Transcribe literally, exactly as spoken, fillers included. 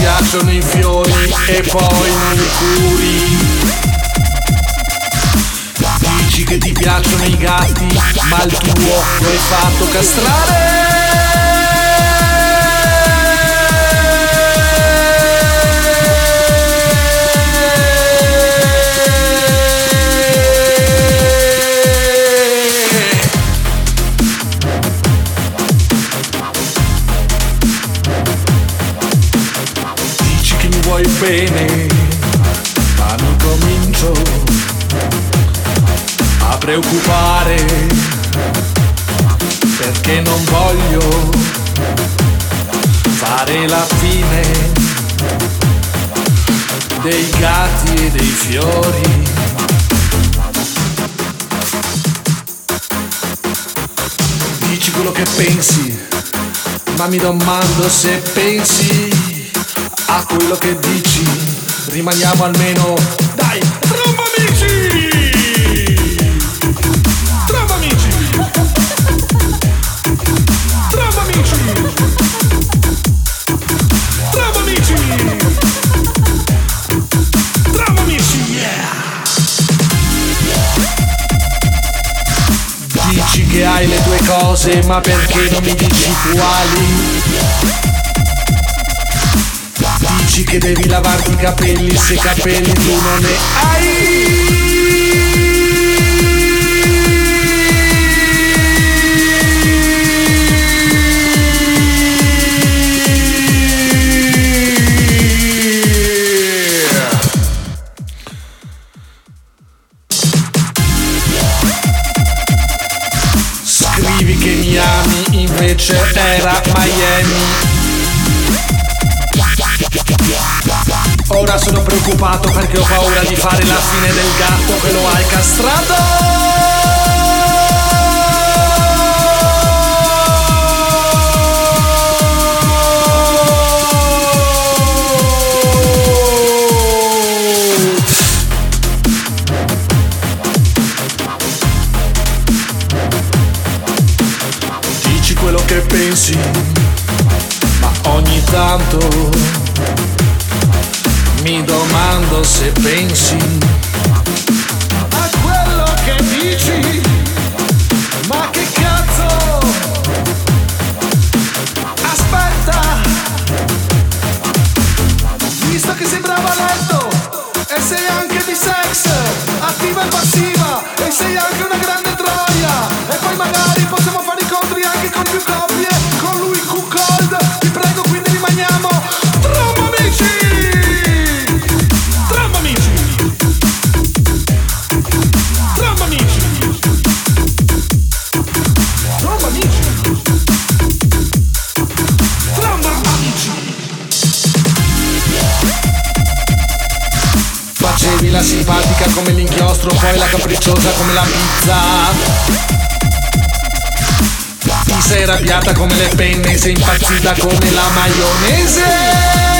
piacciono i fiori e poi non li curi. Dici che ti piacciono i gatti, ma il tuo lo hai fatto castrare. Vuoi bene, ma mi comincio a preoccupare, perché non voglio fare la fine dei gatti e dei fiori. Dici quello che pensi, ma mi domando se pensi a quello che dici. Rimaniamo almeno, dai, tromba amici! Tromba amici! Tromba amici! Tromba amici! Tromba amici, yeah! Dici che hai le tue cose, ma perché non mi dici quali? Dici che devi lavarti i capelli, se capelli tu non ne hai. Scrivi che mi ami, invece era Miami. Ora sono preoccupato perché ho paura di fare la fine del gatto che lo hai castrato. Dici quello che pensi, ma ogni tanto mi domando se pensi a quello che dici. Ma che cazzo? Aspetta, visto che sei brava a letto e sei anche di sex, attiva e passiva, e sei anche una grande troia, e poi magari possiamo fare incontri anche con più coppie, con lui Q-Cold, ti prego, quindi rimaniamo tromba amici! Tromba amici! Tromba amici! Tromba amici! Tromba amici! Facevi la simpatica come l'inchiostro, poi la capricciosa come la pizza. Ti sei arrabbiata come le penne, sei impazzita come la maionese.